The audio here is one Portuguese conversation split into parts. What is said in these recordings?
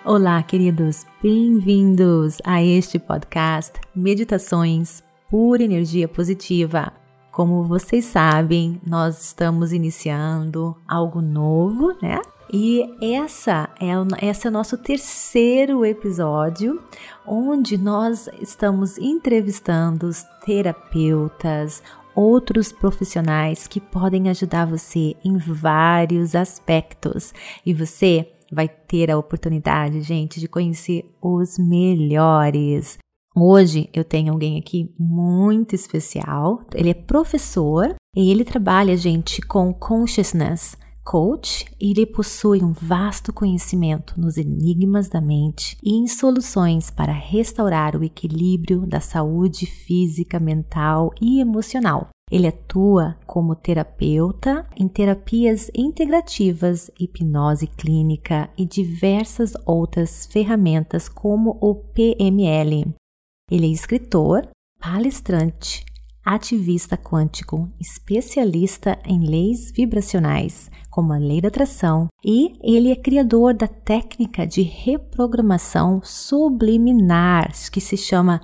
Olá, queridos, bem-vindos a este podcast Meditações por Energia Positiva. Como vocês sabem, nós estamos iniciando algo novo, né? E esse é o nosso terceiro episódio, onde nós estamos entrevistando os terapeutas, outros profissionais que podem ajudar você em vários aspectos. E você vai ter a oportunidade, gente, de conhecer os melhores. Hoje eu tenho alguém aqui muito especial. Ele é professor e ele trabalha, gente, com Consciousness Coach. E ele possui um vasto conhecimento nos enigmas da mente e em soluções para restaurar o equilíbrio da saúde física, mental e emocional. Ele atua como terapeuta em terapias integrativas, hipnose clínica e diversas outras ferramentas como o PML. Ele é escritor, palestrante, ativista quântico, especialista em leis vibracionais, como a lei da atração, e ele é criador da técnica de reprogramação subliminar, que se chama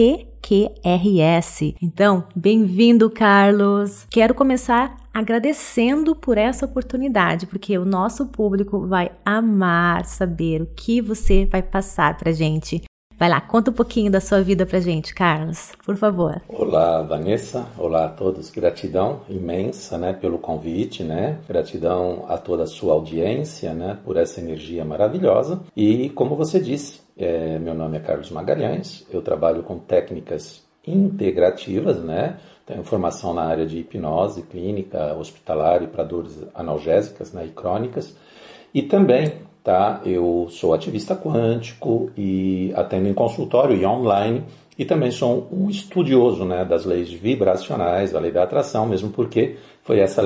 TQRS. Então, bem-vindo, Carlos! Quero começar agradecendo por essa oportunidade, porque o nosso público vai amar saber o que você vai passar pra gente. Vai lá, conta um pouquinho da sua vida pra gente, Carlos, por favor. Olá, Vanessa. Olá a todos. Gratidão imensa, pelo convite, Gratidão a toda a sua audiência, por essa energia maravilhosa. E como você disse, meu nome é Carlos Magalhães. Eu trabalho com técnicas integrativas, Tenho formação na área de hipnose clínica, hospitalar e para dores analgésicas, e crônicas. E também eu sou ativista quântico e atendo em consultório e online, e também sou um estudioso das leis vibracionais, da lei da atração, mesmo porque foi essas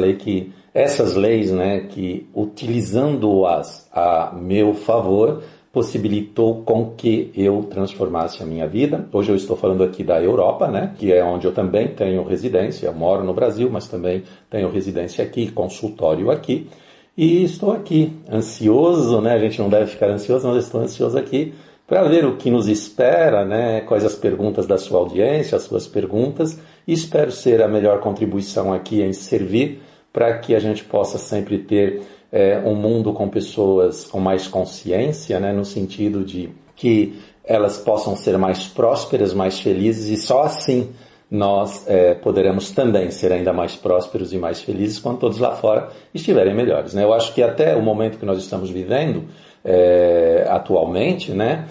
leis que, utilizando-as a meu favor, possibilitou com que eu transformasse a minha vida. Hoje eu estou falando aqui da Europa, que é onde eu também tenho residência. Eu moro no Brasil, mas também tenho residência aqui, consultório aqui. E estou aqui, ansioso, a gente não deve ficar ansioso, mas estou ansioso aqui para ver o que nos espera, quais as perguntas da sua audiência, as suas perguntas, e espero ser a melhor contribuição aqui em servir para que a gente possa sempre ter um mundo com pessoas com mais consciência, no sentido de que elas possam ser mais prósperas, mais felizes, e só assim nós poderemos também ser ainda mais prósperos e mais felizes quando todos lá fora estiverem melhores. Eu acho que até o momento que nós estamos vivendo atualmente,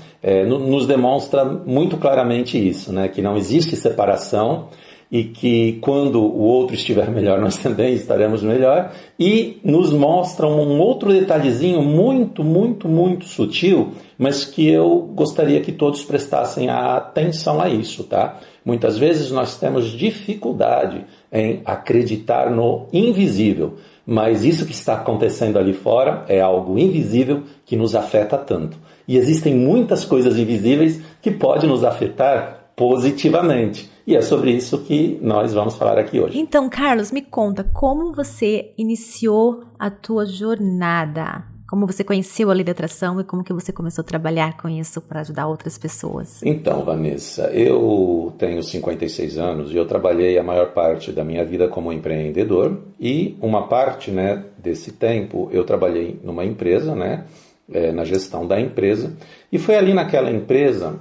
nos demonstra muito claramente isso, que não existe separação e que quando o outro estiver melhor, nós também estaremos melhor, e nos mostra um outro detalhezinho muito, muito, muito sutil, mas que eu gostaria que todos prestassem atenção a isso, tá? Muitas vezes nós temos dificuldade em acreditar no invisível, mas isso que está acontecendo ali fora é algo invisível que nos afeta tanto. E existem muitas coisas invisíveis que podem nos afetar positivamente. E é sobre isso que nós vamos falar aqui hoje. Então, Carlos, me conta, como você iniciou a tua jornada? Como você conheceu a lei da atração e como que você começou a trabalhar com isso para ajudar outras pessoas? Então, Vanessa, eu tenho 56 anos e eu trabalhei a maior parte da minha vida como empreendedor, e uma parte desse tempo eu trabalhei numa empresa, na gestão da empresa, e foi ali naquela empresa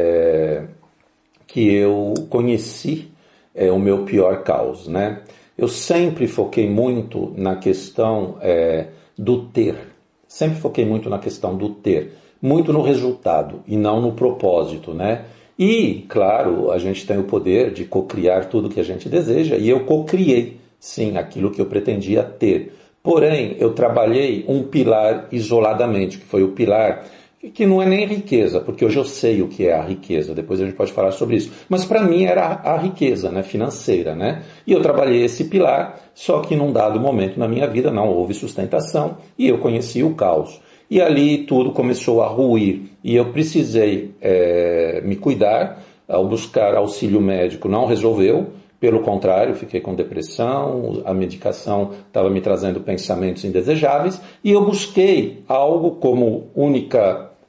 que eu conheci o meu pior caos, Eu sempre foquei muito na questão do ter. Sempre foquei muito na questão do ter. Muito no resultado e não no propósito, E, claro, a gente tem o poder de cocriar tudo que a gente deseja, e eu cocriei, sim, aquilo que eu pretendia ter. Porém, eu trabalhei um pilar isoladamente, que foi o pilar que não é nem riqueza, porque hoje eu sei o que é a riqueza, depois a gente pode falar sobre isso. Mas para mim era a riqueza, financeira, E eu trabalhei esse pilar, só que num dado momento na minha vida não houve sustentação e eu conheci o caos. E ali tudo começou a ruir e eu precisei me cuidar. Ao buscar auxílio médico não resolveu, pelo contrário, fiquei com depressão, a medicação estava me trazendo pensamentos indesejáveis e eu busquei algo como única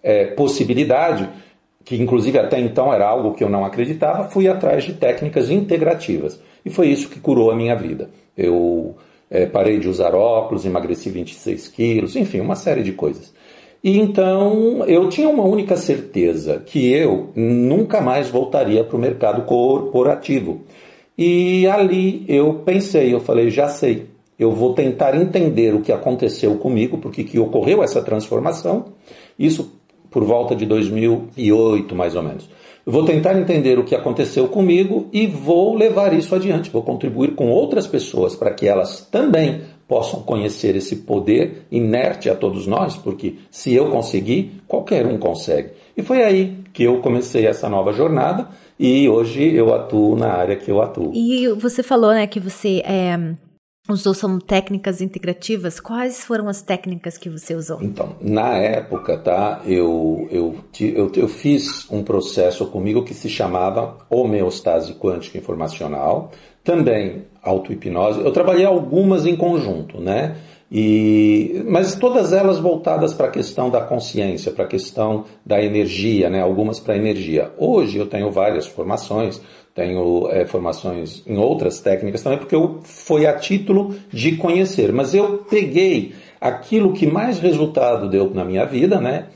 possibilidade, que inclusive até então era algo que eu não acreditava, fui atrás de técnicas integrativas. E foi isso que curou a minha vida. Eu parei de usar óculos, emagreci 26 quilos, enfim, uma série de coisas. E então eu tinha uma única certeza, que eu nunca mais voltaria para o mercado corporativo. E ali eu pensei, eu falei, já sei, eu vou tentar entender o que aconteceu comigo, porque que ocorreu essa transformação, isso por volta de 2008, mais ou menos. Eu vou tentar entender o que aconteceu comigo e vou levar isso adiante, vou contribuir com outras pessoas para que elas também possam conhecer esse poder inerte a todos nós, porque se eu conseguir, qualquer um consegue. E foi aí que eu comecei essa nova jornada e hoje eu atuo na área que eu atuo. E você falou, né, que você usou são técnicas integrativas. Quais foram as técnicas que você usou? Então, na época, tá, eu fiz um processo comigo que se chamava homeostase quântica informacional, também auto-hipnose. Eu trabalhei algumas em conjunto, né? Mas todas elas voltadas para a questão da consciência, para a questão da energia, né? Algumas para a energia. Hoje eu tenho várias formações, tenho formações em outras técnicas também, porque foi a título de conhecer. Mas eu peguei aquilo que mais resultado deu na minha vida, né?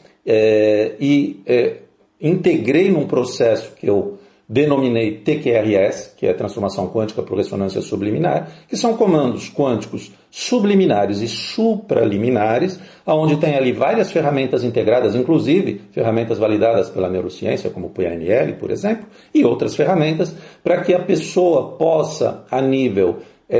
Integrei num processo que eu denominei TQRS, que é Transformação Quântica por Ressonância Subliminar, que são comandos quânticos subliminares e supraliminares, onde tem ali várias ferramentas integradas, inclusive ferramentas validadas pela neurociência, como o PNL, por exemplo, e outras ferramentas, para que a pessoa possa, a nível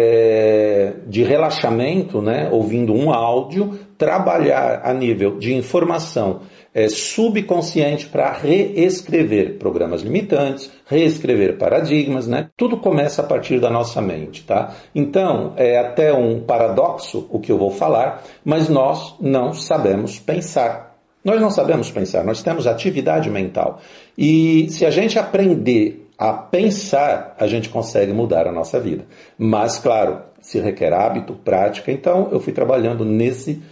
de relaxamento, né, ouvindo um áudio, trabalhar a nível de informação subconsciente para reescrever programas limitantes, reescrever paradigmas, né? Tudo começa a partir da nossa mente, tá? Então, é até um paradoxo o que eu vou falar, mas nós não sabemos pensar. Nós não sabemos pensar, nós temos atividade mental. E se a gente aprender a pensar, a gente consegue mudar a nossa vida. Mas, claro, se requer hábito, prática. Então, eu fui trabalhando nesse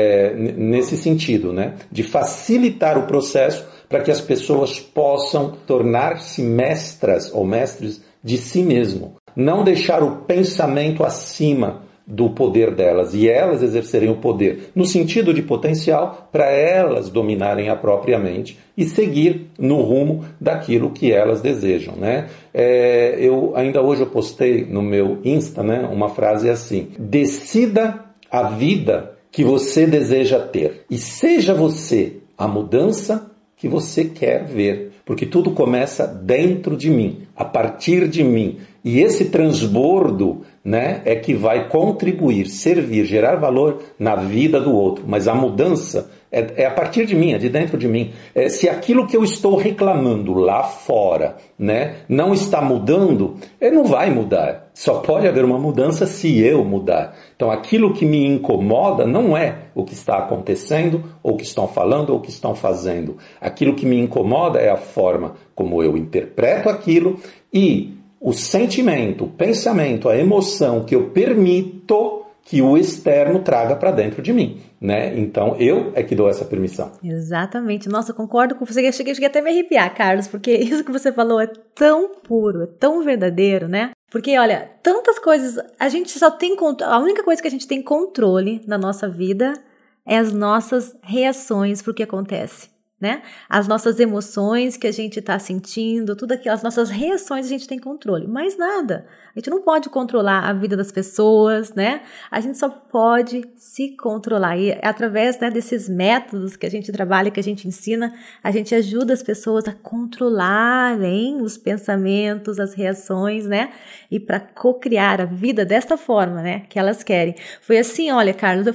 sentido, né? De facilitar o processo para que as pessoas possam tornar-se mestras ou mestres de si mesmo. Não deixar o pensamento acima do poder delas e elas exercerem o poder no sentido de potencial para elas dominarem a própria mente e seguir no rumo daquilo que elas desejam, né? Ainda hoje eu postei no meu Insta, né, uma frase assim: decida a vida que você deseja ter e seja você a mudança que você quer ver, porque tudo começa dentro de mim, a partir de mim. E esse transbordo, né, é que vai contribuir, servir, gerar valor na vida do outro. Mas a mudança é a partir de mim, é de dentro de mim. Se aquilo que eu estou reclamando lá fora, né, não está mudando, não vai mudar. Só pode haver uma mudança se eu mudar. Então aquilo que me incomoda não é o que está acontecendo, ou o que estão falando, ou o que estão fazendo. Aquilo que me incomoda é a forma como eu interpreto aquilo e o sentimento, o pensamento, a emoção que eu permito que o externo traga para dentro de mim, né? Então, eu é que dou essa permissão. Exatamente. Nossa, eu concordo com você. Eu cheguei até a me arrepiar, Carlos, porque isso que você falou é tão puro, é tão verdadeiro, né? Porque, olha, tantas coisas, a gente só tem controle, a única coisa que a gente tem controle na nossa vida é as nossas reações para o que acontece, né? As nossas emoções que a gente está sentindo, tudo aquilo, as nossas reações a gente tem controle, mais nada. A gente não pode controlar a vida das pessoas, né? A gente só pode se controlar e através, né, desses métodos que a gente trabalha, que a gente ensina, a gente ajuda as pessoas a controlarem os pensamentos, as reações, né? E para co-criar a vida desta forma, né, que elas querem. Foi assim, olha, Carlos,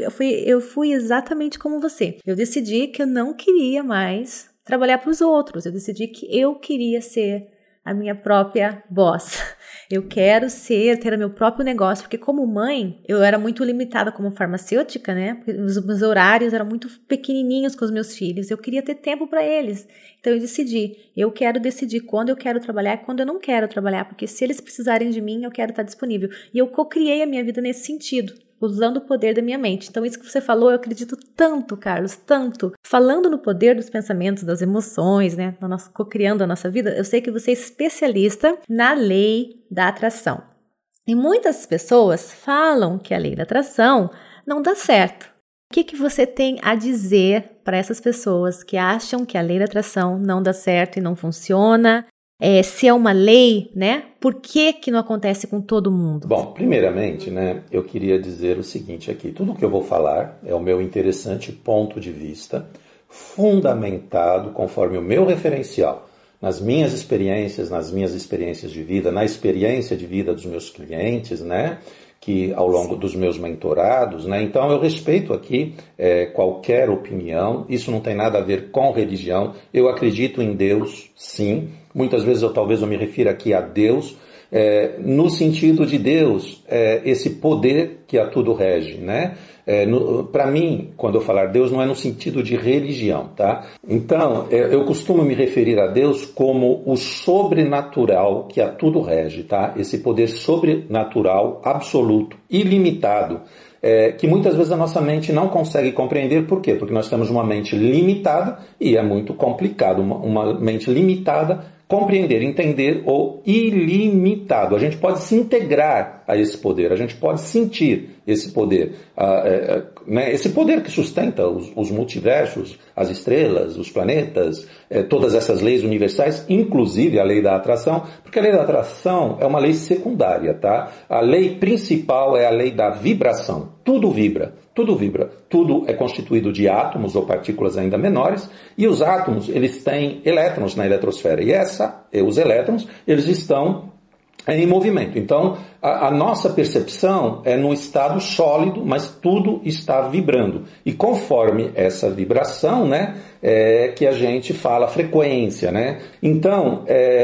eu fui exatamente como você. Eu decidi que eu não queria mais trabalhar para os outros. Eu decidi que eu queria ser a minha própria boss. Eu quero ter o meu próprio negócio, porque como mãe, eu era muito limitada como farmacêutica, né? Porque os meus horários eram muito pequenininhos com os meus filhos. Eu queria ter tempo para eles. Então eu decidi, eu quero decidir quando eu quero trabalhar e quando eu não quero trabalhar, porque se eles precisarem de mim, eu quero estar disponível. E eu co-criei a minha vida nesse sentido, usando o poder da minha mente. Então, isso que você falou, eu acredito tanto, Carlos, tanto. Falando no poder dos pensamentos, das emoções, né? Co-criando a nossa vida, eu sei que você é especialista na lei da atração. E muitas pessoas falam que a lei da atração não dá certo. O que você tem a dizer para essas pessoas que acham que a lei da atração não dá certo e não funciona? Se é uma lei, né? Por que não acontece com todo mundo? Bom, primeiramente, né, eu queria dizer o seguinte aqui. Tudo que eu vou falar é o meu interessante ponto de vista, fundamentado conforme o meu referencial, nas minhas experiências de vida, na experiência de vida dos meus clientes, né? Que ao longo dos meus mentorados, né? Então eu respeito aqui qualquer opinião, isso não tem nada a ver com religião, eu acredito em Deus, sim, muitas vezes talvez eu me refira aqui a Deus, no sentido de Deus, esse poder que a tudo rege, né? Para mim, quando eu falar Deus, não é no sentido de religião, tá? Então, eu costumo me referir a Deus como o sobrenatural que a tudo rege, tá? Esse poder sobrenatural, absoluto, ilimitado, que muitas vezes a nossa mente não consegue compreender. Por quê? Porque nós temos uma mente limitada e é muito complicado, uma mente limitada, compreender, entender o ilimitado. A gente pode se integrar a esse poder, a gente pode sentir esse poder, né? Esse poder que sustenta os multiversos, as estrelas, os planetas, todas essas leis universais, inclusive a lei da atração, porque a lei da atração é uma lei secundária, tá? A lei principal é a lei da vibração. Tudo vibra, tudo vibra. Tudo é constituído de átomos ou partículas ainda menores, e os átomos, eles têm elétrons na eletrosfera, e os elétrons, eles estão em movimento. Então, a nossa percepção é no estado sólido, mas tudo está vibrando. E conforme essa vibração, né, que a gente fala frequência, né? Então,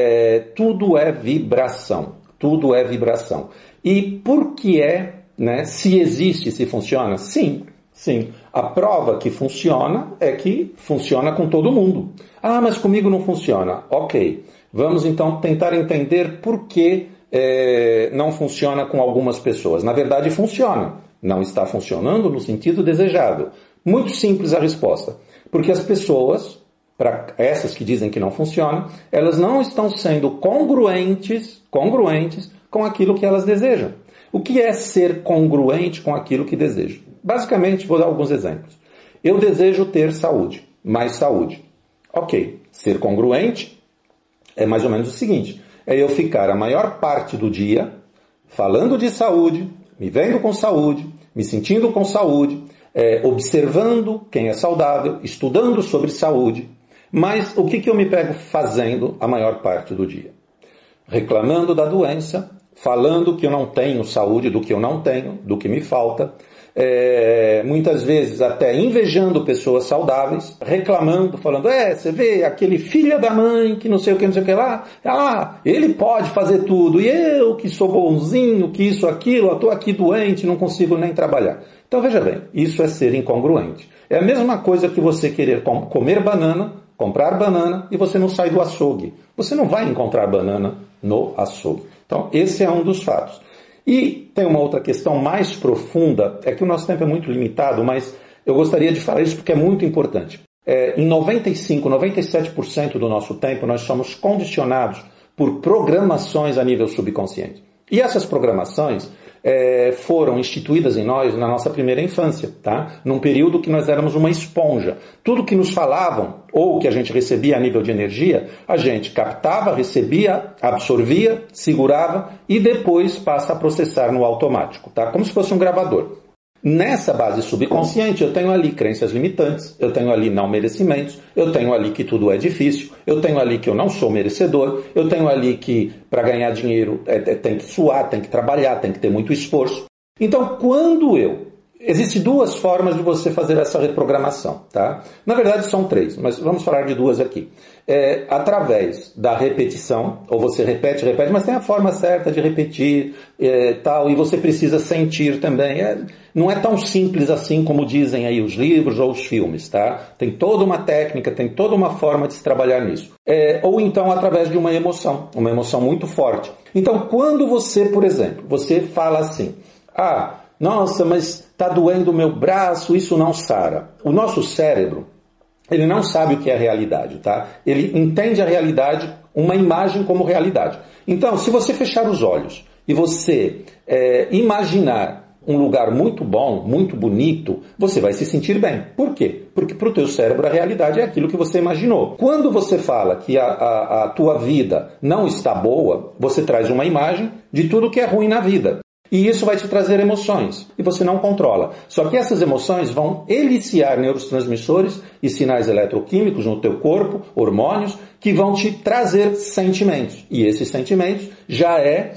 tudo é vibração. Tudo é vibração. E por que né, se existe, se funciona? Sim. Sim, a prova que funciona é que funciona com todo mundo. Ah, mas comigo não funciona. Ok, vamos então tentar entender por que não funciona com algumas pessoas. Na verdade funciona, não está funcionando no sentido desejado. Muito simples a resposta, porque as pessoas, para essas que dizem que não funciona, elas não estão sendo congruentes com aquilo que elas desejam. O que é ser congruente com aquilo que desejo? Basicamente, vou dar alguns exemplos. Eu desejo ter saúde, mais saúde. Ok, ser congruente é mais ou menos o seguinte, é eu ficar a maior parte do dia falando de saúde, me vendo com saúde, me sentindo com saúde, observando quem é saudável, estudando sobre saúde, mas o que eu me pego fazendo a maior parte do dia? Reclamando da doença, falando que eu não tenho saúde, do que eu não tenho, do que me falta, muitas vezes até invejando pessoas saudáveis, reclamando, falando, você vê aquele filho da mãe que não sei o que lá, ele pode fazer tudo, e eu que sou bonzinho, que isso, aquilo, eu estou aqui doente, não consigo nem trabalhar. Então veja bem, isso é ser incongruente. É a mesma coisa que você querer comer banana, comprar banana, e você não sai do açougue. Você não vai encontrar banana no açougue. Então esse é um dos fatos. E tem uma outra questão mais profunda, é que o nosso tempo é muito limitado, mas eu gostaria de falar isso porque é muito importante. Em 95%, 97% do nosso tempo nós somos condicionados por programações a nível subconsciente. E essas programações foram instituídas em nós na nossa primeira infância, tá? Num período que nós éramos uma esponja. Tudo que nos falavam, ou que a gente recebia a nível de energia, a gente captava, recebia, absorvia, segurava e depois passa a processar no automático, tá? Como se fosse um gravador. Nessa base subconsciente eu tenho ali crenças limitantes, eu tenho ali não merecimentos, eu tenho ali que tudo é difícil, eu tenho ali que eu não sou merecedor, eu tenho ali que para ganhar dinheiro tem que suar, tem que trabalhar, tem que ter muito esforço. Então existem duas formas de você fazer essa reprogramação, tá? Na verdade são três, mas vamos falar de duas aqui. Através da repetição, ou você repete, mas tem a forma certa de repetir, tal, e você precisa sentir também. Não é tão simples assim como dizem aí os livros ou os filmes, tá? Tem toda uma técnica, tem toda uma forma de se trabalhar nisso. Ou então através de uma emoção muito forte. Então quando você, por exemplo, você fala assim, Nossa, mas está doendo o meu braço, isso não sara. O nosso cérebro, ele não sabe o que é realidade, tá? Ele entende a realidade, uma imagem como realidade. Então, se você fechar os olhos e você imaginar um lugar muito bom, muito bonito, você vai se sentir bem. Por quê? Porque para o teu cérebro a realidade é aquilo que você imaginou. Quando você fala que a tua vida não está boa, você traz uma imagem de tudo que é ruim na vida. E isso vai te trazer emoções, e você não controla. Só que essas emoções vão eliciar neurotransmissores e sinais eletroquímicos no teu corpo, hormônios, que vão te trazer sentimentos. E esses sentimentos já é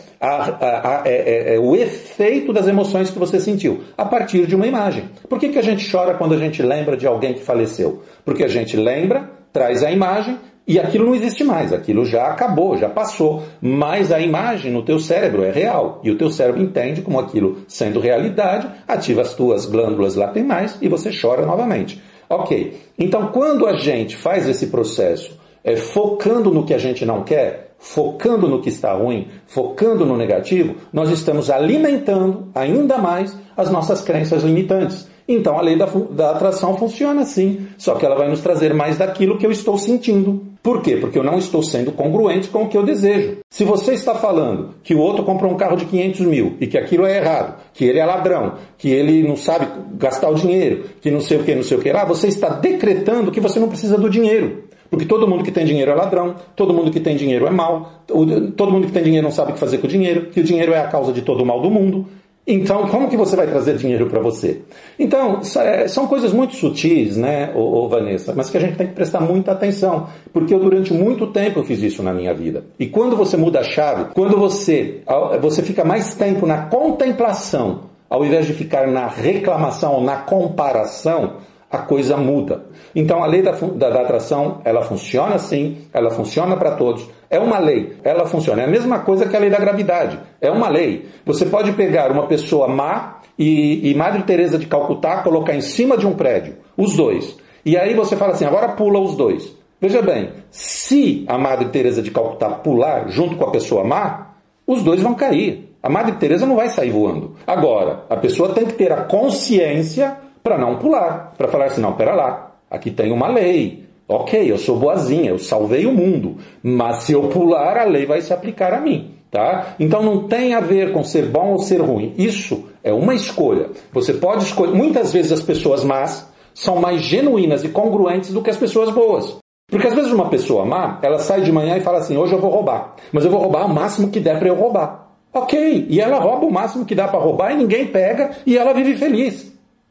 o efeito das emoções que você sentiu, a partir de uma imagem. Por que a gente chora quando a gente lembra de alguém que faleceu? Porque a gente lembra, traz a imagem, e aquilo não existe mais, aquilo já acabou, já passou. Mas a imagem no teu cérebro é real. E o teu cérebro entende como aquilo sendo realidade, ativa as tuas glândulas lacrimal e você chora novamente. Ok, então quando a gente faz esse processo focando no que a gente não quer, focando no que está ruim, focando no negativo, nós estamos alimentando ainda mais as nossas crenças limitantes. Então a lei da atração funciona assim, só que ela vai nos trazer mais daquilo que eu estou sentindo. Por quê? Porque eu não estou sendo congruente com o que eu desejo. Se você está falando que o outro comprou um carro de 500 mil e que aquilo é errado, que ele é ladrão, que ele não sabe gastar o dinheiro, que não sei o que lá, você está decretando que você não precisa do dinheiro. Porque todo mundo que tem dinheiro é ladrão, todo mundo que tem dinheiro é mau, todo mundo que tem dinheiro não sabe o que fazer com o dinheiro, que o dinheiro é a causa de todo o mal do mundo. Então, como que você vai trazer dinheiro para você? Então, são coisas muito sutis, né, Vanessa, mas que a gente tem que prestar muita atenção, porque eu durante muito tempo eu fiz isso na minha vida. E quando você muda a chave, quando você fica mais tempo na contemplação, ao invés de ficar na reclamação ou na comparação, a coisa muda. Então a lei da atração, ela funciona assim, ela funciona para todos. É uma lei, ela funciona. É a mesma coisa que a lei da gravidade. É uma lei. Você pode pegar uma pessoa má e Madre Teresa de Calcutá colocar em cima de um prédio, os dois. E aí você fala assim, agora pula os dois. Veja bem, se a Madre Teresa de Calcutá pular junto com a pessoa má, os dois vão cair. A Madre Teresa não vai sair voando. Agora, a pessoa tem que ter a consciência para não pular, para falar assim, não, pera lá, aqui tem uma lei, ok, eu sou boazinha, eu salvei o mundo, mas se eu pular, a lei vai se aplicar a mim, tá? Então não tem a ver com ser bom ou ser ruim, isso é uma escolha. Você pode escolher, muitas vezes as pessoas más são mais genuínas e congruentes do que as pessoas boas. Porque às vezes uma pessoa má, ela sai de manhã e fala assim, hoje eu vou roubar, mas eu vou roubar o máximo que der para eu roubar. Ok, e ela rouba o máximo que dá para roubar e ninguém pega e ela vive feliz.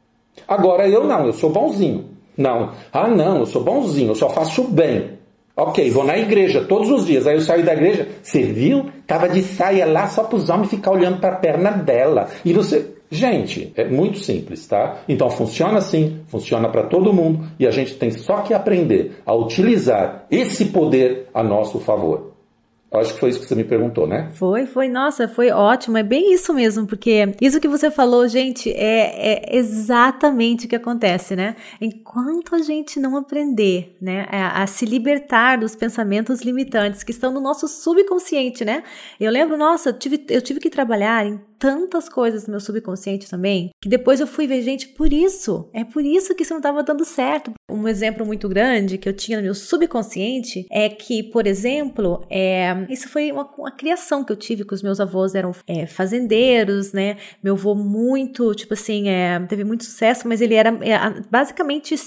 Agora eu não, eu sou bonzinho. Não, eu sou bonzinho, eu só faço bem. Ok, vou na igreja todos os dias, aí eu saio da igreja, você viu? Tava de saia lá só para os homens ficar olhando para a perna dela. E você... Gente, é muito simples, tá? Então funciona assim, funciona para todo mundo e a gente tem só que aprender a utilizar esse poder a nosso favor. Acho que foi isso que você me perguntou, né? Foi, nossa, foi ótimo, é bem isso mesmo, porque isso que você falou, gente, é exatamente o que acontece, né? Enquanto a gente não aprender, né, a se libertar dos pensamentos limitantes que estão no nosso subconsciente, né? Eu lembro, nossa, eu tive que trabalhar em tantas coisas no meu subconsciente também, que depois eu fui ver, gente, é por isso que isso não estava dando certo. Um exemplo muito grande que eu tinha no meu subconsciente é que, por exemplo, isso foi uma criação que eu tive, que os meus avós eram fazendeiros, né? Meu avô muito, tipo assim, teve muito sucesso, mas ele era basicamente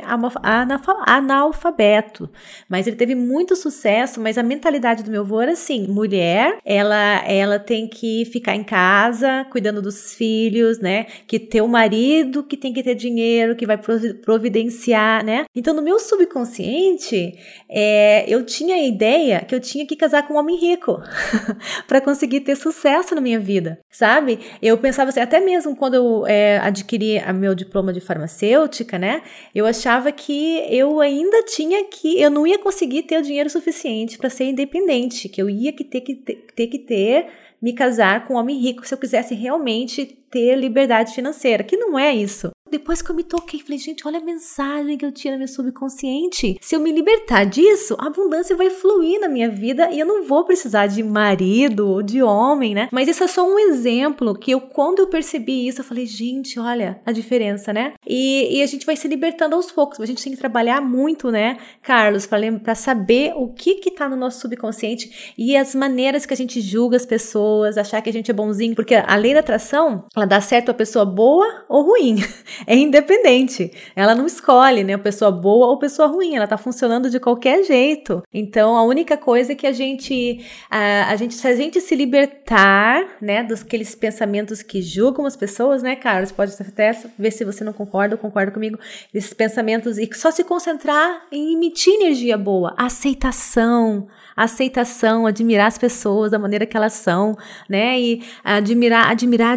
semi-analfabeto. Mas ele teve muito sucesso, mas a mentalidade do meu avô era assim, mulher, ela tem que ficar em casa, cuidando dos filhos, né? Que ter o marido que tem que ter dinheiro, que vai providenciar, né? Então, no meu subconsciente, eu tinha a ideia que eu tinha que casar com um homem rico para conseguir ter sucesso na minha vida, sabe? Eu pensava assim, até mesmo quando eu adquiri meu diploma de farmacêutica, né? Eu achava que eu ainda eu não ia conseguir ter o dinheiro suficiente para ser independente, que eu ia ter que me casar com um homem rico se eu quisesse realmente ter liberdade financeira, que não é isso. Depois que eu me toquei, falei, gente, olha a mensagem que eu tinha no meu subconsciente. Se eu me libertar disso, a abundância vai fluir na minha vida e eu não vou precisar de marido ou de homem, né? Mas isso é só um exemplo que quando eu percebi isso, eu falei, gente, olha a diferença, né? E a gente vai se libertando aos poucos. A gente tem que trabalhar muito, né, Carlos, para saber o que tá no nosso subconsciente e as maneiras que a gente julga as pessoas, achar que a gente é bonzinho. Porque a lei da atração, ela dá certo a pessoa boa ou ruim. É independente. Ela não escolhe, né, pessoa boa ou pessoa ruim. Ela tá funcionando de qualquer jeito. Então, a única coisa é que se a gente se libertar, né, dos aqueles pensamentos que julgam as pessoas, né, Carlos? Pode até ver se você não concorda ou concorda comigo. Esses pensamentos e só se concentrar em emitir energia boa. Aceitação, admirar as pessoas da maneira que elas são, né? E admirar.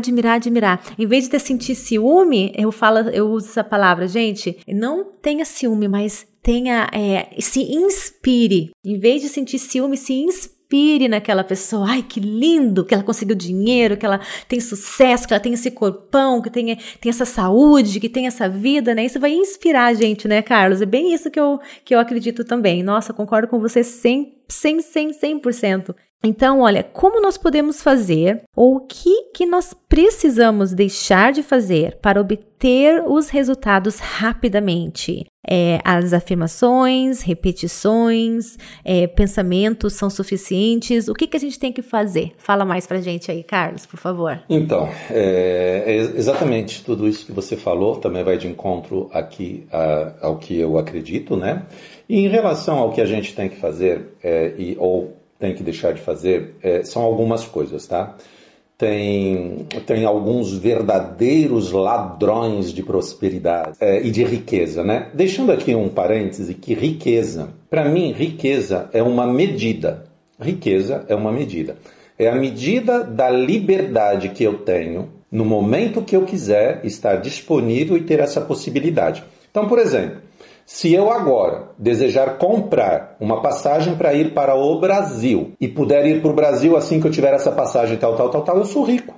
Em vez de sentir ciúme, eu uso essa palavra, gente, não tenha ciúme, mas se inspire. Em vez de sentir ciúme, se inspire naquela pessoa. Ai, que lindo que ela conseguiu dinheiro, que ela tem sucesso, que ela tem esse corpão, que tem essa saúde, que tem essa vida, né? Isso vai inspirar a gente, né, Carlos? É bem isso que eu acredito também. Nossa, concordo com você 100%. Então, olha, como nós podemos fazer ou o que nós precisamos deixar de fazer para obter os resultados rapidamente? As afirmações, repetições, pensamentos são suficientes? O que a gente tem que fazer? Fala mais pra gente aí, Carlos, por favor. Então, exatamente tudo isso que você falou também vai de encontro aqui ao que eu acredito, né? E em relação ao que a gente tem que fazer ou tem que deixar de fazer, são algumas coisas, tá? Tem alguns verdadeiros ladrões de prosperidade e de riqueza, né? Deixando aqui um parêntese que riqueza, para mim, riqueza é uma medida. Riqueza é uma medida. É a medida da liberdade que eu tenho no momento que eu quiser estar disponível e ter essa possibilidade. Então, por exemplo, se eu agora desejar comprar uma passagem para ir para o Brasil e puder ir para o Brasil assim que eu tiver essa passagem tal, eu sou rico.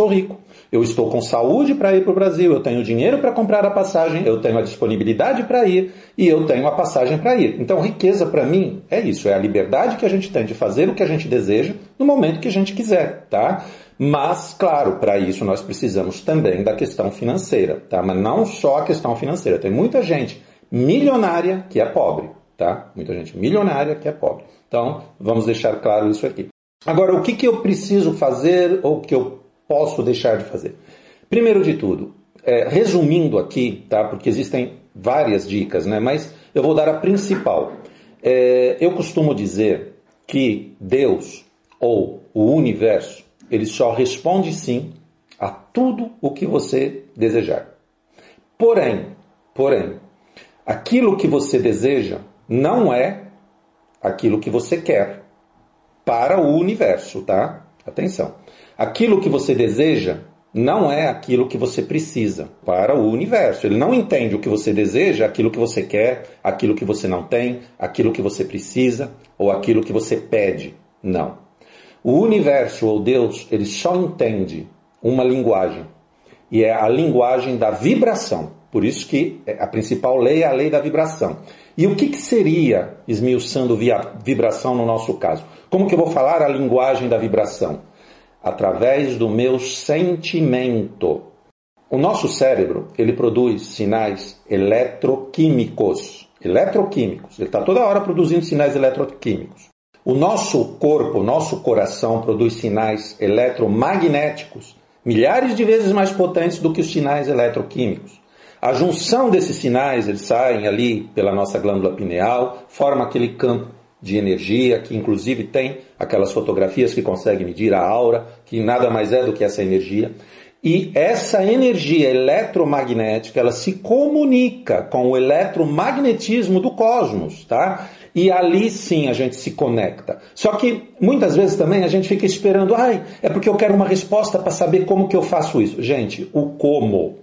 Eu estou com saúde para ir para o Brasil, eu tenho dinheiro para comprar a passagem, eu tenho a disponibilidade para ir e eu tenho a passagem para ir. Então, riqueza para mim é isso, é a liberdade que a gente tem de fazer o que a gente deseja no momento que a gente quiser, tá? Mas, claro, para isso nós precisamos também da questão financeira, tá? Mas não só a questão financeira, tem muita gente milionária que é pobre, tá? Muita gente milionária que é pobre. Então, vamos deixar claro isso aqui. Agora, o que eu preciso fazer ou que eu posso deixar de fazer? Primeiro de tudo, resumindo aqui, tá? Porque existem várias dicas, né? Mas eu vou dar a principal. Eu costumo dizer que Deus ou o universo, ele só responde sim a tudo o que você desejar. Porém, aquilo que você deseja não é aquilo que você quer para o universo, tá? Atenção. Aquilo que você deseja não é aquilo que você precisa para o universo. Ele não entende o que você deseja, aquilo que você quer, aquilo que você não tem, aquilo que você precisa ou aquilo que você pede. Não. O universo ou Deus, ele só entende uma linguagem. E é a linguagem da vibração. Por isso que a principal lei é a lei da vibração. E o que seria, esmiuçando vibração no nosso caso? Como que eu vou falar a linguagem da vibração? Através do meu sentimento. O nosso cérebro, ele produz sinais eletroquímicos. Ele está toda hora produzindo sinais eletroquímicos. O nosso corpo, o nosso coração produz sinais eletromagnéticos, milhares de vezes mais potentes do que os sinais eletroquímicos. A junção desses sinais, eles saem ali pela nossa glândula pineal, forma aquele campo de energia, que inclusive tem aquelas fotografias que conseguem medir a aura, que nada mais é do que essa energia. E essa energia eletromagnética, ela se comunica com o eletromagnetismo do cosmos, tá? E ali sim a gente se conecta. Só que muitas vezes também a gente fica esperando, é porque eu quero uma resposta para saber como que eu faço isso. Gente, o como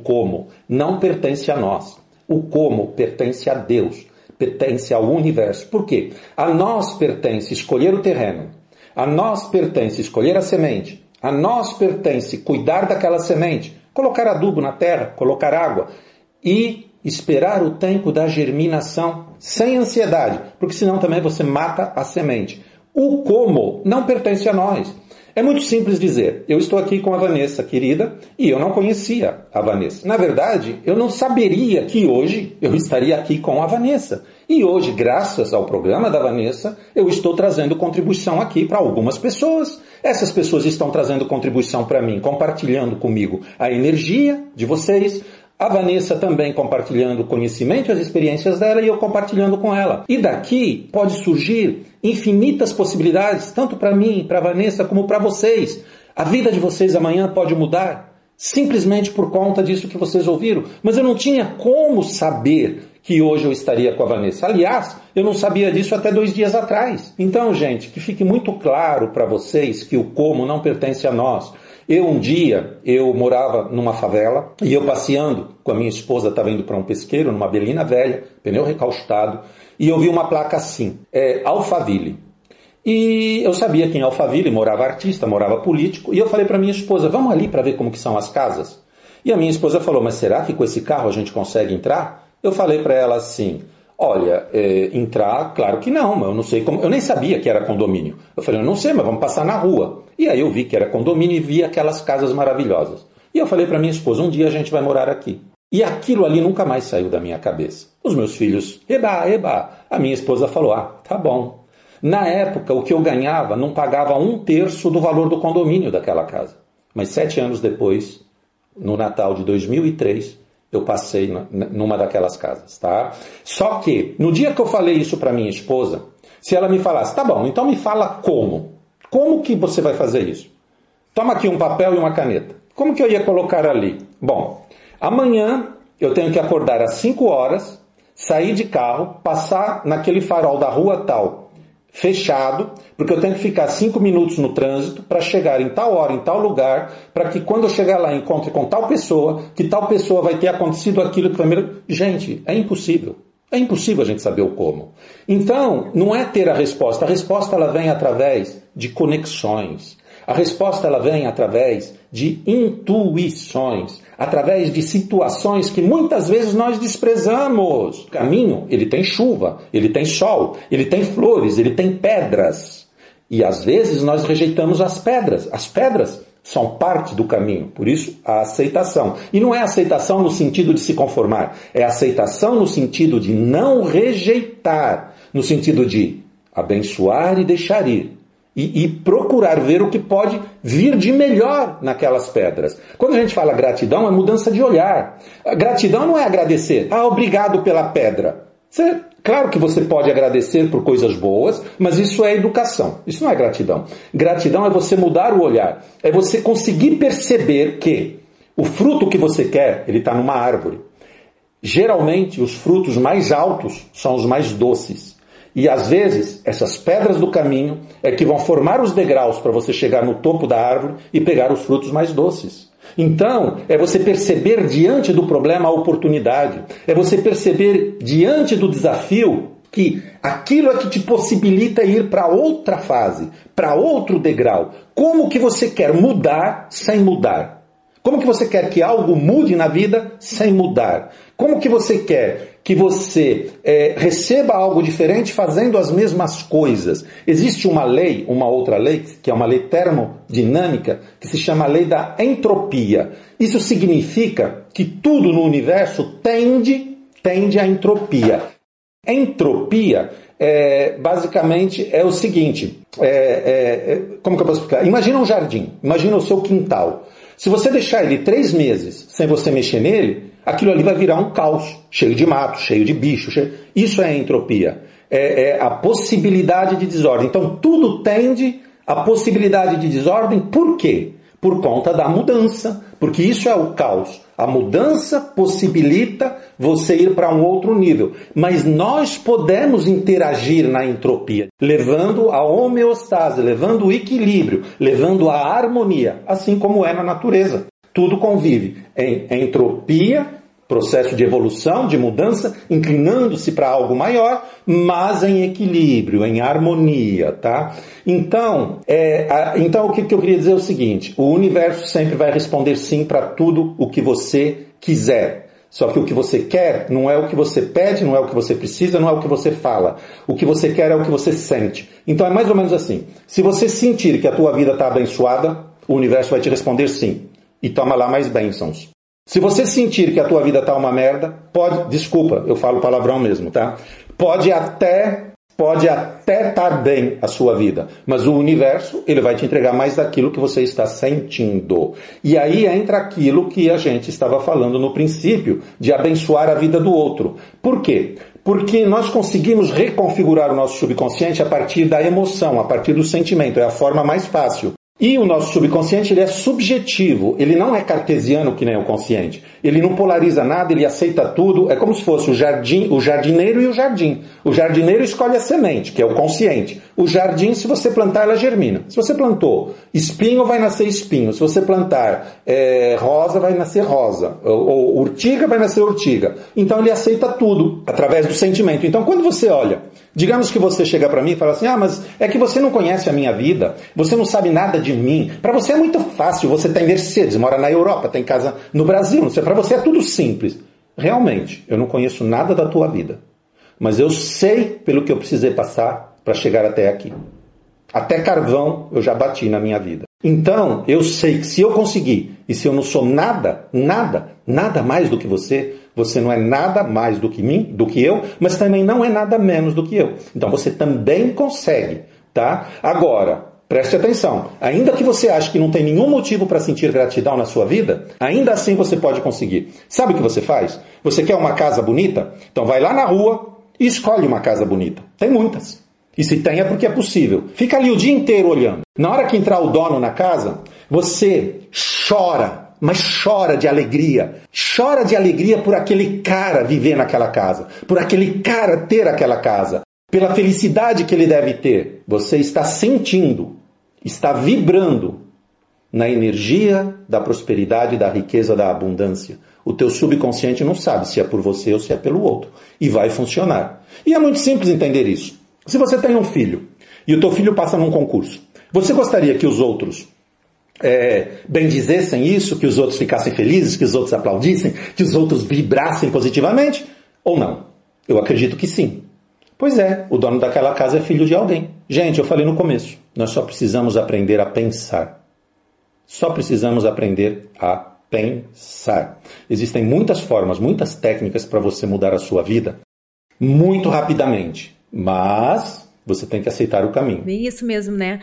não pertence a nós. O como pertence a Deus, pertence ao universo. Por quê? A nós pertence escolher o terreno, a nós pertence escolher a semente, a nós pertence cuidar daquela semente, Colocar adubo na terra, colocar água e esperar o tempo da germinação sem ansiedade, porque senão também você mata a semente. O como não pertence a nós. É muito simples dizer, eu estou aqui com a Vanessa, querida, e eu não conhecia a Vanessa. Na verdade, eu não saberia que hoje eu estaria aqui com a Vanessa. E hoje, graças ao programa da Vanessa, eu estou trazendo contribuição aqui para algumas pessoas. Essas pessoas estão trazendo contribuição para mim, compartilhando comigo a energia de vocês. A Vanessa também compartilhando o conhecimento e as experiências dela e eu compartilhando com ela. E daqui pode surgir infinitas possibilidades, tanto para mim, para a Vanessa, como para vocês. A vida de vocês amanhã pode mudar, simplesmente por conta disso que vocês ouviram. Mas eu não tinha como saber que hoje eu estaria com a Vanessa. Aliás, eu não sabia disso até 2 dias atrás. Então, gente, que fique muito claro para vocês que o como não pertence a nós. Um dia, eu morava numa favela e eu passeando com a minha esposa, estava indo para um pesqueiro, numa Belina velha, pneu recalchutado, e eu vi uma placa assim, Alphaville. E eu sabia que em Alphaville morava artista, morava político, e eu falei para minha esposa, vamos ali para ver como que são as casas? E a minha esposa falou, mas será que com esse carro a gente consegue entrar? Eu falei para ela assim, olha, entrar, claro que não, eu não sei como, eu nem sabia que era condomínio. Eu falei, eu não sei, mas vamos passar na rua. E aí eu vi que era condomínio e vi aquelas casas maravilhosas. E eu falei para minha esposa, um dia a gente vai morar aqui. E aquilo ali nunca mais saiu da minha cabeça. Os meus filhos, eba, eba. A minha esposa falou, tá bom. Na época, o que eu ganhava não pagava 1/3 do valor do condomínio daquela casa. Mas 7 anos depois, no Natal de 2003, eu passei numa daquelas casas, tá? Só que, no dia que eu falei isso para minha esposa, se ela me falasse, tá bom, então me fala como. Como que você vai fazer isso? Toma aqui um papel e uma caneta. Como que eu ia colocar ali? Bom, amanhã eu tenho que acordar às 5 horas, sair de carro, passar naquele farol da rua tal, fechado, porque eu tenho que ficar 5 minutos no trânsito para chegar em tal hora, em tal lugar, para que quando eu chegar lá encontre com tal pessoa, que tal pessoa vai ter acontecido aquilo que primeiro... Gente, é impossível. É impossível a gente saber o como. Então, não é ter a resposta ela vem através de conexões. A resposta ela vem através de intuições, através de situações que muitas vezes nós desprezamos. O caminho, ele tem chuva, ele tem sol, ele tem flores, ele tem pedras. E às vezes nós rejeitamos as pedras. As pedras são parte do caminho, por isso a aceitação. E não é aceitação no sentido de se conformar, é aceitação no sentido de não rejeitar, no sentido de abençoar e deixar ir. E procurar ver o que pode vir de melhor naquelas pedras. Quando a gente fala gratidão, é mudança de olhar. A gratidão não é agradecer. Obrigado pela pedra. Claro que você pode agradecer por coisas boas, mas isso é educação. Isso não é gratidão. Gratidão é você mudar o olhar. É você conseguir perceber que o fruto que você quer, ele está numa árvore. Geralmente, os frutos mais altos são os mais doces. E às vezes, essas pedras do caminho é que vão formar os degraus para você chegar no topo da árvore e pegar os frutos mais doces. Então, é você perceber diante do problema a oportunidade. É você perceber diante do desafio que aquilo é que te possibilita ir para outra fase, para outro degrau. Como que você quer mudar sem mudar? Como que você quer que algo mude na vida sem mudar? Como que você quer que você receba algo diferente fazendo as mesmas coisas? Existe uma lei, uma outra lei, que é uma lei termodinâmica, que se chama a lei da entropia. Isso significa que tudo no universo tende à entropia. Entropia, basicamente, é o seguinte, como que eu posso explicar? Imagina um jardim, imagina o seu quintal. Se você deixar ele 3 meses sem você mexer nele, aquilo ali vai virar um caos, cheio de mato, cheio de bicho. Isso é entropia. É a possibilidade de desordem. Então, tudo tende à possibilidade de desordem. Por quê? Por conta da mudança. Porque isso é o caos. A mudança possibilita você ir para um outro nível. Mas nós podemos interagir na entropia, levando a homeostase, levando o equilíbrio, levando a harmonia, assim como é na natureza. Tudo convive em entropia, processo de evolução, de mudança, inclinando-se para algo maior, mas em equilíbrio, em harmonia, tá? Então o que eu queria dizer é o seguinte: o universo sempre vai responder sim para tudo o que você quiser. Só que o que você quer não é o que você pede, não é o que você precisa, não é o que você fala. O que você quer é o que você sente. Então é mais ou menos assim. Se você sentir que a tua vida está abençoada, o universo vai te responder sim. E toma lá mais bênçãos. Se você sentir que a tua vida está uma merda, desculpa, eu falo palavrão mesmo, tá? Pode até estar bem a sua vida, mas o universo, ele vai te entregar mais daquilo que você está sentindo. E aí entra aquilo que a gente estava falando no princípio, de abençoar a vida do outro. Por quê? Porque nós conseguimos reconfigurar o nosso subconsciente a partir da emoção, a partir do sentimento. É a forma mais fácil. E o nosso subconsciente, ele é subjetivo, ele não é cartesiano que nem o consciente. Ele não polariza nada, ele aceita tudo, é como se fosse o jardineiro e o jardim. O jardineiro escolhe a semente, que é o consciente. O jardim, se você plantar, ela germina. Se você plantou espinho, vai nascer espinho. Se você plantar rosa, vai nascer rosa. Ou urtiga, vai nascer urtiga. Então ele aceita tudo, através do sentimento. Então quando você olha, digamos que você chega para mim e fala assim, mas é que você não conhece a minha vida, você não sabe nada de mim. Para você é muito fácil, você tem Mercedes, mora na Europa, tem casa no Brasil, para você é tudo simples. Realmente, eu não conheço nada da tua vida, mas eu sei pelo que eu precisei passar para chegar até aqui. Até carvão eu já bati na minha vida. Então, eu sei que se eu conseguir, e se eu não sou nada mais do que você não é nada mais do que mim, do que eu, mas também não é nada menos do que eu. Então você também consegue, tá? Agora, preste atenção, ainda que você ache que não tem nenhum motivo para sentir gratidão na sua vida, ainda assim você pode conseguir. Sabe o que você faz? Você quer uma casa bonita? Então vai lá na rua e escolhe uma casa bonita. Tem muitas. E se tem é porque é possível. Fica ali o dia inteiro olhando. Na hora que entrar o dono na casa, você chora, mas chora de alegria. Chora de alegria por aquele cara viver naquela casa, por aquele cara ter aquela casa, pela felicidade que ele deve ter. Você está sentindo, está vibrando na energia da prosperidade, da riqueza, da abundância. O teu subconsciente não sabe se é por você ou se é pelo outro. E vai funcionar. E é muito simples entender isso. Se você tem um filho e o teu filho passa num concurso, você gostaria que os outros bendizessem isso, que os outros ficassem felizes, que os outros aplaudissem, que os outros vibrassem positivamente? Ou não? Eu acredito que sim. Pois é, o dono daquela casa é filho de alguém. Gente, eu falei no começo, nós só precisamos aprender a pensar. Só precisamos aprender a pensar. Existem muitas formas, muitas técnicas para você mudar a sua vida muito rapidamente. Mas você tem que aceitar o caminho. Isso mesmo, né?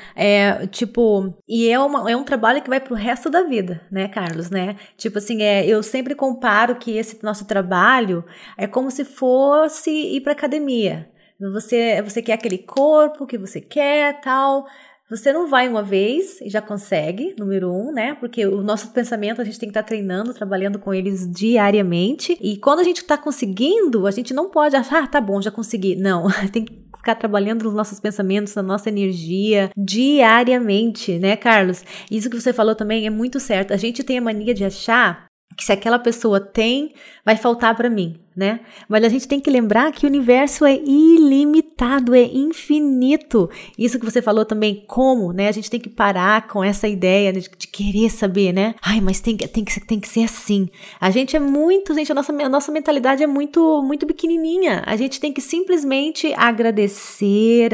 E é um trabalho que vai pro resto da vida, né, Carlos, né? Tipo assim, eu sempre comparo que esse nosso trabalho é como se fosse ir pra academia. Você quer aquele corpo que você quer, tal. Você não vai uma vez e já consegue, número 1, né? Porque o nosso pensamento a gente tem que estar treinando, trabalhando com eles diariamente. E quando a gente está conseguindo, a gente não pode achar, tá bom, já consegui. Não, tem que ficar trabalhando nos nossos pensamentos, na nossa energia, diariamente, né, Carlos? Isso que você falou também é muito certo. A gente tem a mania de achar que se aquela pessoa tem, vai faltar para mim, né? Mas a gente tem que lembrar que o universo é ilimitado, é infinito. Isso que você falou também, como, né? A gente tem que parar com essa ideia de querer saber, né? Ai, mas tem que ser assim. A nossa mentalidade é muito, muito pequenininha. A gente tem que simplesmente agradecer,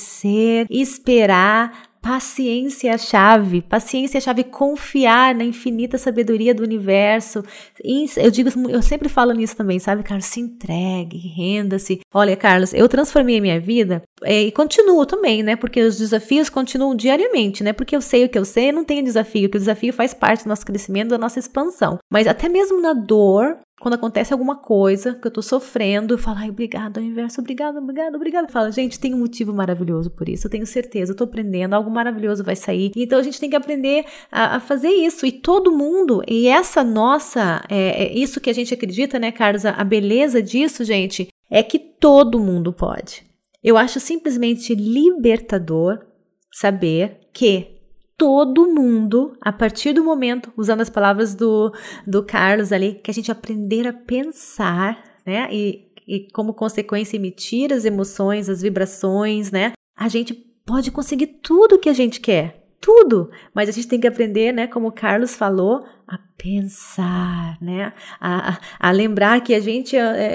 esperar. Paciência é a chave, confiar na infinita sabedoria do universo. Eu sempre falo nisso também, sabe, Carlos? Se entregue, renda-se. Olha, Carlos, eu transformei a minha vida e continuo também, né? Porque os desafios continuam diariamente, né? Porque eu sei o que eu sei, não tenho desafio, que o desafio faz parte do nosso crescimento, da nossa expansão. Mas até mesmo na dor, quando acontece alguma coisa que eu tô sofrendo, eu falo, ai, obrigado, universo, obrigado. Eu falo, gente, tem um motivo maravilhoso por isso, eu tenho certeza, eu tô aprendendo, algo maravilhoso vai sair. Então a gente tem que aprender a fazer isso. E todo mundo, e essa nossa, isso que a gente acredita, né, Carlos, a beleza disso, gente, é que todo mundo pode. Eu acho simplesmente libertador saber que todo mundo, a partir do momento, usando as palavras do Carlos ali, que a gente aprender a pensar, né? E como consequência emitir as emoções, as vibrações, né? A gente pode conseguir tudo que a gente quer. Tudo, mas a gente tem que aprender, né, como o Carlos falou, a pensar, né, a lembrar que a gente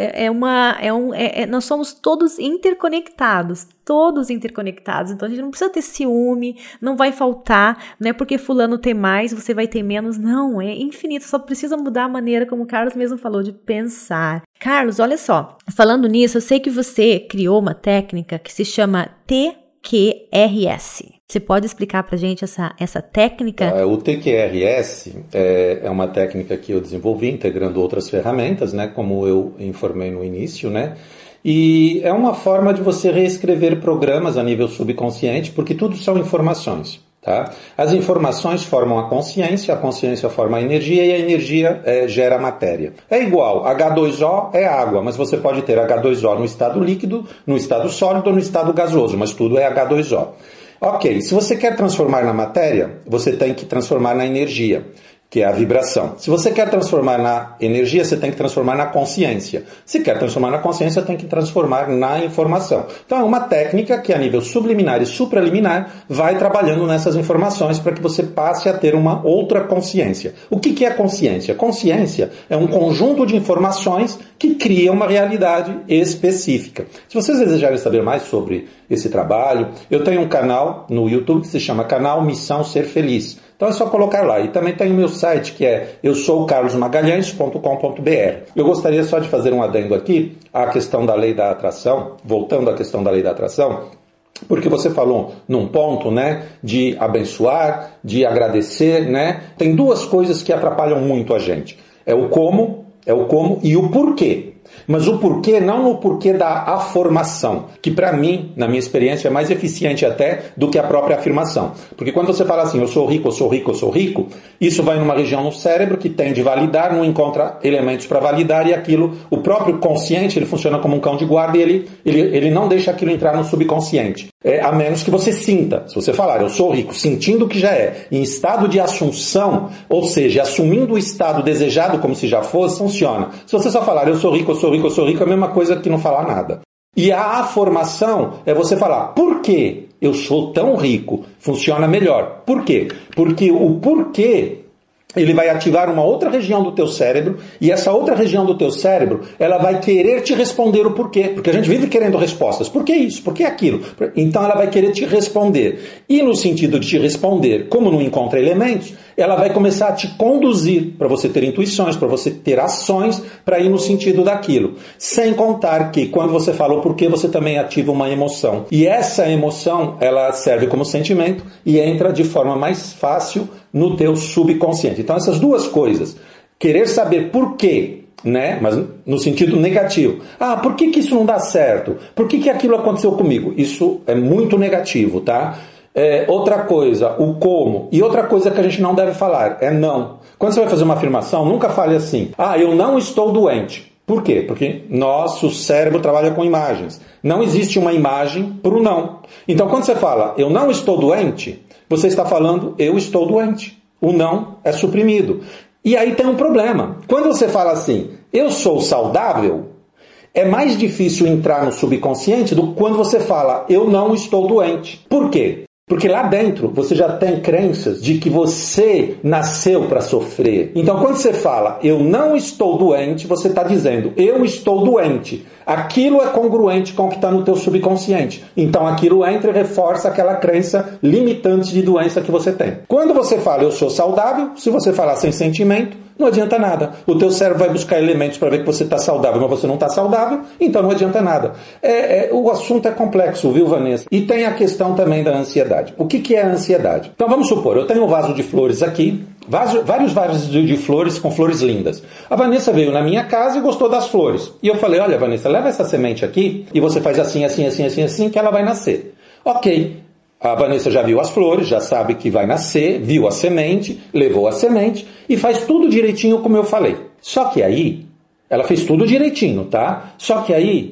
nós somos todos interconectados, então a gente não precisa ter ciúme, não vai faltar, não é porque fulano tem mais, você vai ter menos, não, é infinito, só precisa mudar a maneira, como o Carlos mesmo falou, de pensar. Carlos, olha só, falando nisso, eu sei que você criou uma técnica que se chama TQRS. Você pode explicar pra gente essa técnica? O TQRS é uma técnica que eu desenvolvi integrando outras ferramentas, né, como eu informei no início, né? E é uma forma de você reescrever programas a nível subconsciente, porque tudo são informações. Tá? As informações formam a consciência forma a energia e a energia gera matéria. É igual, H2O é água, mas você pode ter H2O no estado líquido, no estado sólido ou no estado gasoso, mas tudo é H2O. Ok, se você quer transformar na matéria, você tem que transformar na energia, que é a vibração. Se você quer transformar na energia, você tem que transformar na consciência. Se quer transformar na consciência, tem que transformar na informação. Então é uma técnica que a nível subliminar e supraliminar vai trabalhando nessas informações para que você passe a ter uma outra consciência. O que é consciência? Consciência é um conjunto de informações que cria uma realidade específica. Se vocês desejarem saber mais sobre esse trabalho, eu tenho um canal no YouTube que se chama Canal Missão Ser Feliz. Então é só colocar lá. E também tem o meu site, que é eusoucarlosmagalhães.com.br. Eu gostaria só de fazer um adendo aqui à questão da lei da atração, voltando à questão da lei da atração, porque você falou num ponto, né, de abençoar, de agradecer, né? Tem duas coisas que atrapalham muito a gente. É o como e o porquê. Mas o porquê, não no porquê da afirmação, que para mim, na minha experiência, é mais eficiente até do que a própria afirmação. Porque quando você fala assim, eu sou rico, eu sou rico, eu sou rico, isso vai numa região no cérebro que tende a validar, não encontra elementos para validar e aquilo, o próprio consciente, ele funciona como um cão de guarda e ele não deixa aquilo entrar no subconsciente. A menos que você sinta. Se você falar, eu sou rico, sentindo que já é, em estado de assunção, ou seja, assumindo o estado desejado como se já fosse, funciona. Se você só falar, eu sou rico, eu sou rico, eu sou rico, é a mesma coisa que não falar nada. E a afirmação é você falar, por que eu sou tão rico? Funciona melhor. Por quê? Porque o porquê ele vai ativar uma outra região do teu cérebro, e essa outra região do teu cérebro, ela vai querer te responder o porquê, porque a gente vive querendo respostas, por que isso, por que aquilo? Então ela vai querer te responder, e no sentido de te responder, como não encontra elementos, ela vai começar a te conduzir para você ter intuições, para você ter ações, para ir no sentido daquilo, sem contar que quando você fala o porquê, você também ativa uma emoção, e essa emoção, ela serve como sentimento, e entra de forma mais fácil no teu subconsciente. Então essas duas coisas, querer saber por quê, né? Mas no sentido negativo. Por que isso não dá certo? Por que aquilo aconteceu comigo? Isso é muito negativo, tá? Outra coisa, o como. E outra coisa que a gente não deve falar é não. Quando você vai fazer uma afirmação, nunca fale assim, eu não estou doente. Por quê? Porque nosso cérebro trabalha com imagens. Não existe uma imagem para o não. Então quando você fala, eu não estou doente, você está falando, eu estou doente. O não é suprimido. E aí tem um problema. Quando você fala assim, eu sou saudável, é mais difícil entrar no subconsciente do que quando você fala, eu não estou doente. Por quê? Porque lá dentro você já tem crenças de que você nasceu para sofrer. Então quando você fala, eu não estou doente, você está dizendo, eu estou doente. Aquilo é congruente com o que está no teu subconsciente. Então aquilo entra e reforça aquela crença limitante de doença que você tem. Quando você fala, eu sou saudável, se você falar sem sentimento, não adianta nada. O teu cérebro vai buscar elementos para ver que você está saudável, mas você não está saudável, então não adianta nada. O assunto é complexo, viu, Vanessa? E tem a questão também da ansiedade. O que é a ansiedade? Então vamos supor, eu tenho um vaso de flores aqui, vários vasos de flores com flores lindas. A Vanessa veio na minha casa e gostou das flores. E eu falei, olha, Vanessa, leva essa semente aqui e você faz assim, assim, assim, assim, assim, que ela vai nascer. Ok. A Vanessa já viu as flores, já sabe que vai nascer, viu a semente, levou a semente e faz tudo direitinho como eu falei. Só que aí, ela fez tudo direitinho, tá? Só que aí,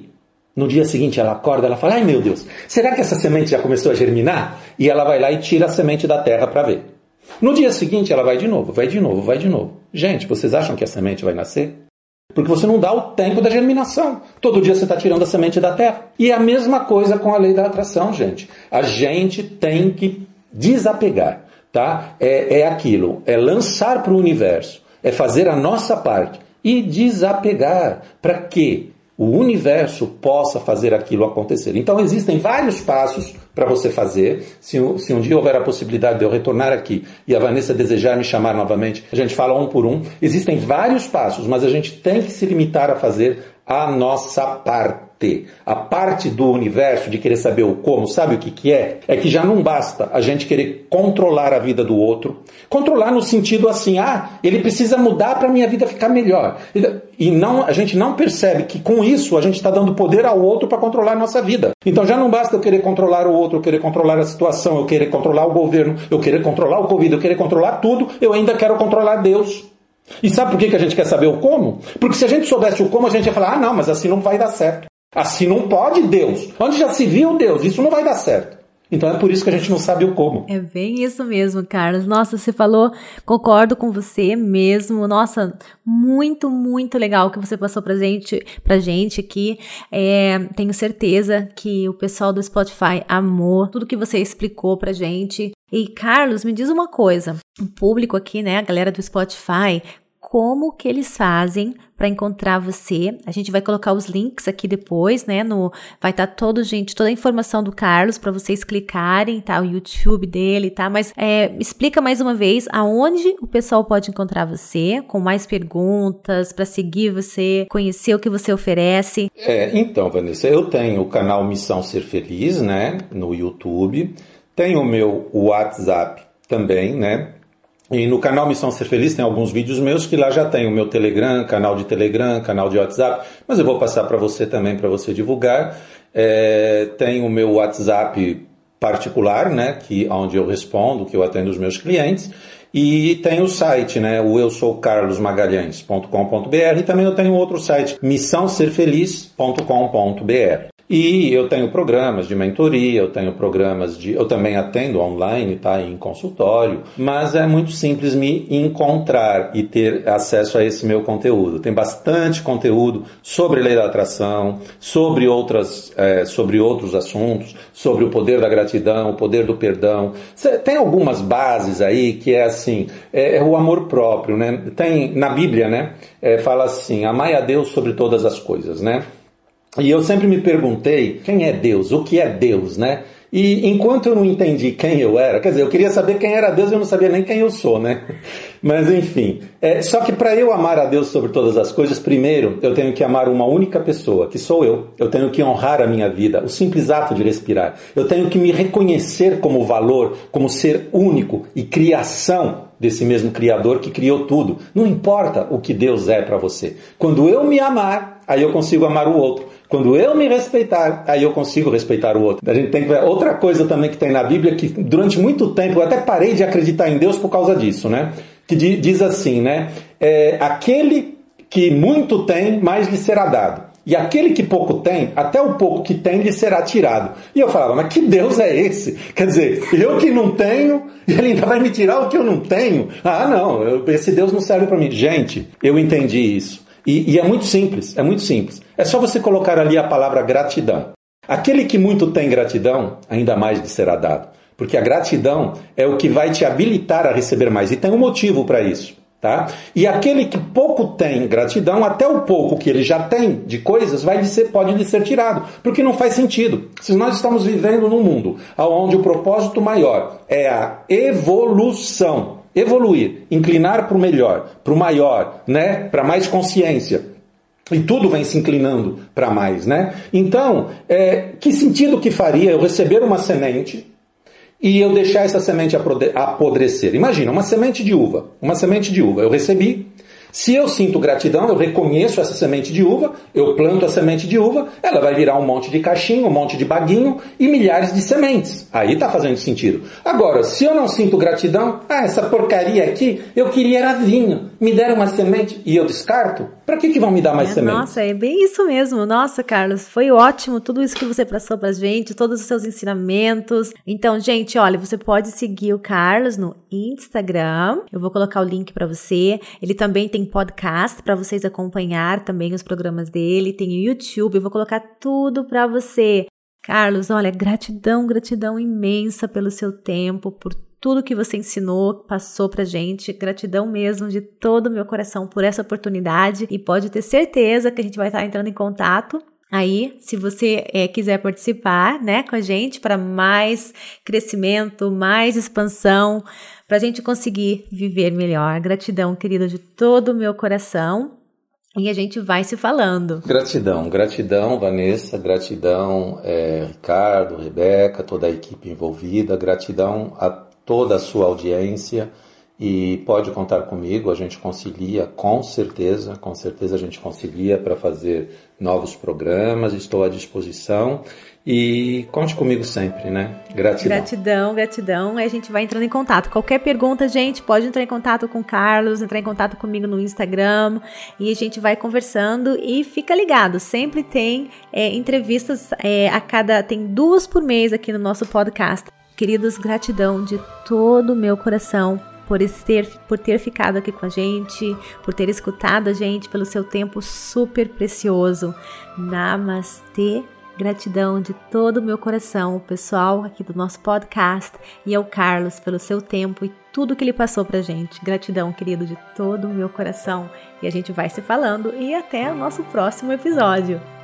No dia seguinte ela acorda, ela fala, ai meu Deus, será que essa semente já começou a germinar? E ela vai lá e tira a semente da terra para ver. No dia seguinte ela vai de novo, vai de novo, vai de novo. Gente, vocês acham que a semente vai nascer? Porque você não dá o tempo da germinação. Todo dia você está tirando a semente da terra. E é a mesma coisa com a lei da atração, gente. A gente tem que desapegar, tá? É aquilo, é lançar para o universo, é fazer a nossa parte e desapegar para que o universo possa fazer aquilo acontecer. Então existem vários passos para você fazer. Se um dia houver a possibilidade de eu retornar aqui e a Vanessa desejar me chamar novamente, a gente fala um por um. Existem vários passos, mas a gente tem que se limitar a fazer a nossa parte. A parte do universo de querer saber o como, sabe o que é? É que já não basta a gente querer controlar a vida do outro. Controlar no sentido assim, ele precisa mudar para a minha vida ficar melhor. E não, a gente não percebe que com isso a gente está dando poder ao outro para controlar a nossa vida. Então já não basta eu querer controlar o outro, eu querer controlar a situação, eu querer controlar o governo, eu querer controlar o Covid, eu querer controlar tudo, eu ainda quero controlar Deus. E sabe por que a gente quer saber o como? Porque se a gente soubesse o como, a gente ia falar, não, mas assim não vai dar certo. Assim não pode Deus. Onde já se viu Deus? Isso não vai dar certo. Então é por isso que a gente não sabe o como. É bem isso mesmo, Carlos. Nossa, você falou, concordo com você mesmo. Nossa, muito, muito legal que você passou pra gente aqui. Tenho certeza que o pessoal do Spotify amou tudo que você explicou pra gente. E, Carlos, me diz uma coisa. O público aqui, né, a galera do Spotify, como que eles fazem para encontrar você? A gente vai colocar os links aqui depois, né? Vai estar toda a informação do Carlos para vocês clicarem, tá? O YouTube dele, tá? Mas explica mais uma vez aonde o pessoal pode encontrar você, com mais perguntas, para seguir você, conhecer o que você oferece. Então, Vanessa, eu tenho o canal Missão Ser Feliz, né? No YouTube. Tenho o meu WhatsApp também, né? E no canal Missão Ser Feliz tem alguns vídeos meus que lá já tem o meu Telegram, canal de WhatsApp, mas eu vou passar para você também, para você divulgar. Tem o meu WhatsApp particular, né, onde eu respondo, que eu atendo os meus clientes, e tem o site, né, o eusoucarlosmagalhães.com.br, e também eu tenho outro site, missãoserfeliz.com.br. E eu tenho programas de mentoria, eu também atendo online, tá, em consultório, mas é muito simples me encontrar e ter acesso a esse meu conteúdo. Tem bastante conteúdo sobre lei da atração, sobre outros assuntos, sobre o poder da gratidão, o poder do perdão. Tem algumas bases aí que é assim, é o amor próprio, né? Tem na Bíblia, né? Fala assim, amai a Deus sobre todas as coisas, né? E eu sempre me perguntei, quem é Deus? O que é Deus, né? E enquanto eu não entendi quem eu era, quer dizer, eu queria saber quem era Deus e eu não sabia nem quem eu sou, né? Mas enfim, só que para eu amar a Deus sobre todas as coisas, primeiro eu tenho que amar uma única pessoa, que sou eu. Eu tenho que honrar a minha vida, o simples ato de respirar. Eu tenho que me reconhecer como valor, como ser único e criação desse mesmo Criador que criou tudo. Não importa o que Deus é para você. Quando eu me amar, aí eu consigo amar o outro. Quando eu me respeitar, aí eu consigo respeitar o outro. A gente tem que ver outra coisa também que tem na Bíblia, que durante muito tempo eu até parei de acreditar em Deus por causa disso, né? Que diz assim, né? Aquele que muito tem, mais lhe será dado. E aquele que pouco tem, até o pouco que tem lhe será tirado. E eu falava, mas que Deus é esse? Quer dizer, eu que não tenho, e ele ainda vai me tirar o que eu não tenho? Ah, não, esse Deus não serve para mim. Gente, eu entendi isso. E é muito simples, é muito simples. É só você colocar ali a palavra gratidão. Aquele que muito tem gratidão, ainda mais lhe será dado. Porque a gratidão é o que vai te habilitar a receber mais. E tem um motivo para isso. Tá? E aquele que pouco tem gratidão, até o pouco que ele já tem de coisas, pode lhe ser tirado. Porque não faz sentido. Se nós estamos vivendo num mundo onde o propósito maior é a evolução, evoluir, inclinar para o melhor, para o maior, né? Para mais consciência. E tudo vem se inclinando para mais, né? Então, que sentido que faria eu receber uma semente e eu deixar essa semente apodrecer? Imagina, uma semente de uva. Eu recebi, Se eu sinto gratidão, eu reconheço essa semente de uva, eu planto a semente de uva, ela vai virar um monte de caixinho, um monte de baguinho e milhares de sementes. Aí tá fazendo sentido. Agora, se eu não sinto gratidão, essa porcaria aqui, eu queria era vinho, me deram uma semente e eu descarto, para que vão me dar mais sementes? Nossa, é bem isso mesmo. Nossa, Carlos, foi ótimo tudo isso que você passou pra gente, todos os seus ensinamentos. Então, gente, olha, você pode seguir o Carlos no Instagram. Eu vou colocar o link para você. Ele também tem podcast para vocês acompanhar também os programas dele. Tem o YouTube. Eu vou colocar tudo para você. Carlos, olha, gratidão imensa pelo seu tempo, por tudo que você ensinou, passou pra gente. Gratidão mesmo de todo o meu coração por essa oportunidade. E pode ter certeza que a gente vai estar entrando em contato aí, se você quiser participar, né, com a gente para mais crescimento, mais expansão, para a gente conseguir viver melhor. Gratidão, querida, de todo o meu coração. E a gente vai se falando. Gratidão, Vanessa, gratidão, Ricardo, Rebeca, toda a equipe envolvida, gratidão a toda a sua audiência. E pode contar comigo, a gente concilia, com certeza a gente concilia para fazer novos programas, estou à disposição e conte comigo sempre, né? Gratidão. A gente vai entrando em contato. Qualquer pergunta, gente, pode entrar em contato com o Carlos, entrar em contato comigo no Instagram e a gente vai conversando e fica ligado, sempre tem entrevistas tem 2 por mês aqui no nosso podcast. Queridos, gratidão de todo o meu coração por ter ficado aqui com a gente, por ter escutado a gente, pelo seu tempo super precioso. Namastê, gratidão de todo o meu coração, o pessoal aqui do nosso podcast e ao Carlos pelo seu tempo e tudo que ele passou pra gente. Gratidão, querido, de todo o meu coração. E a gente vai se falando e até o nosso próximo episódio.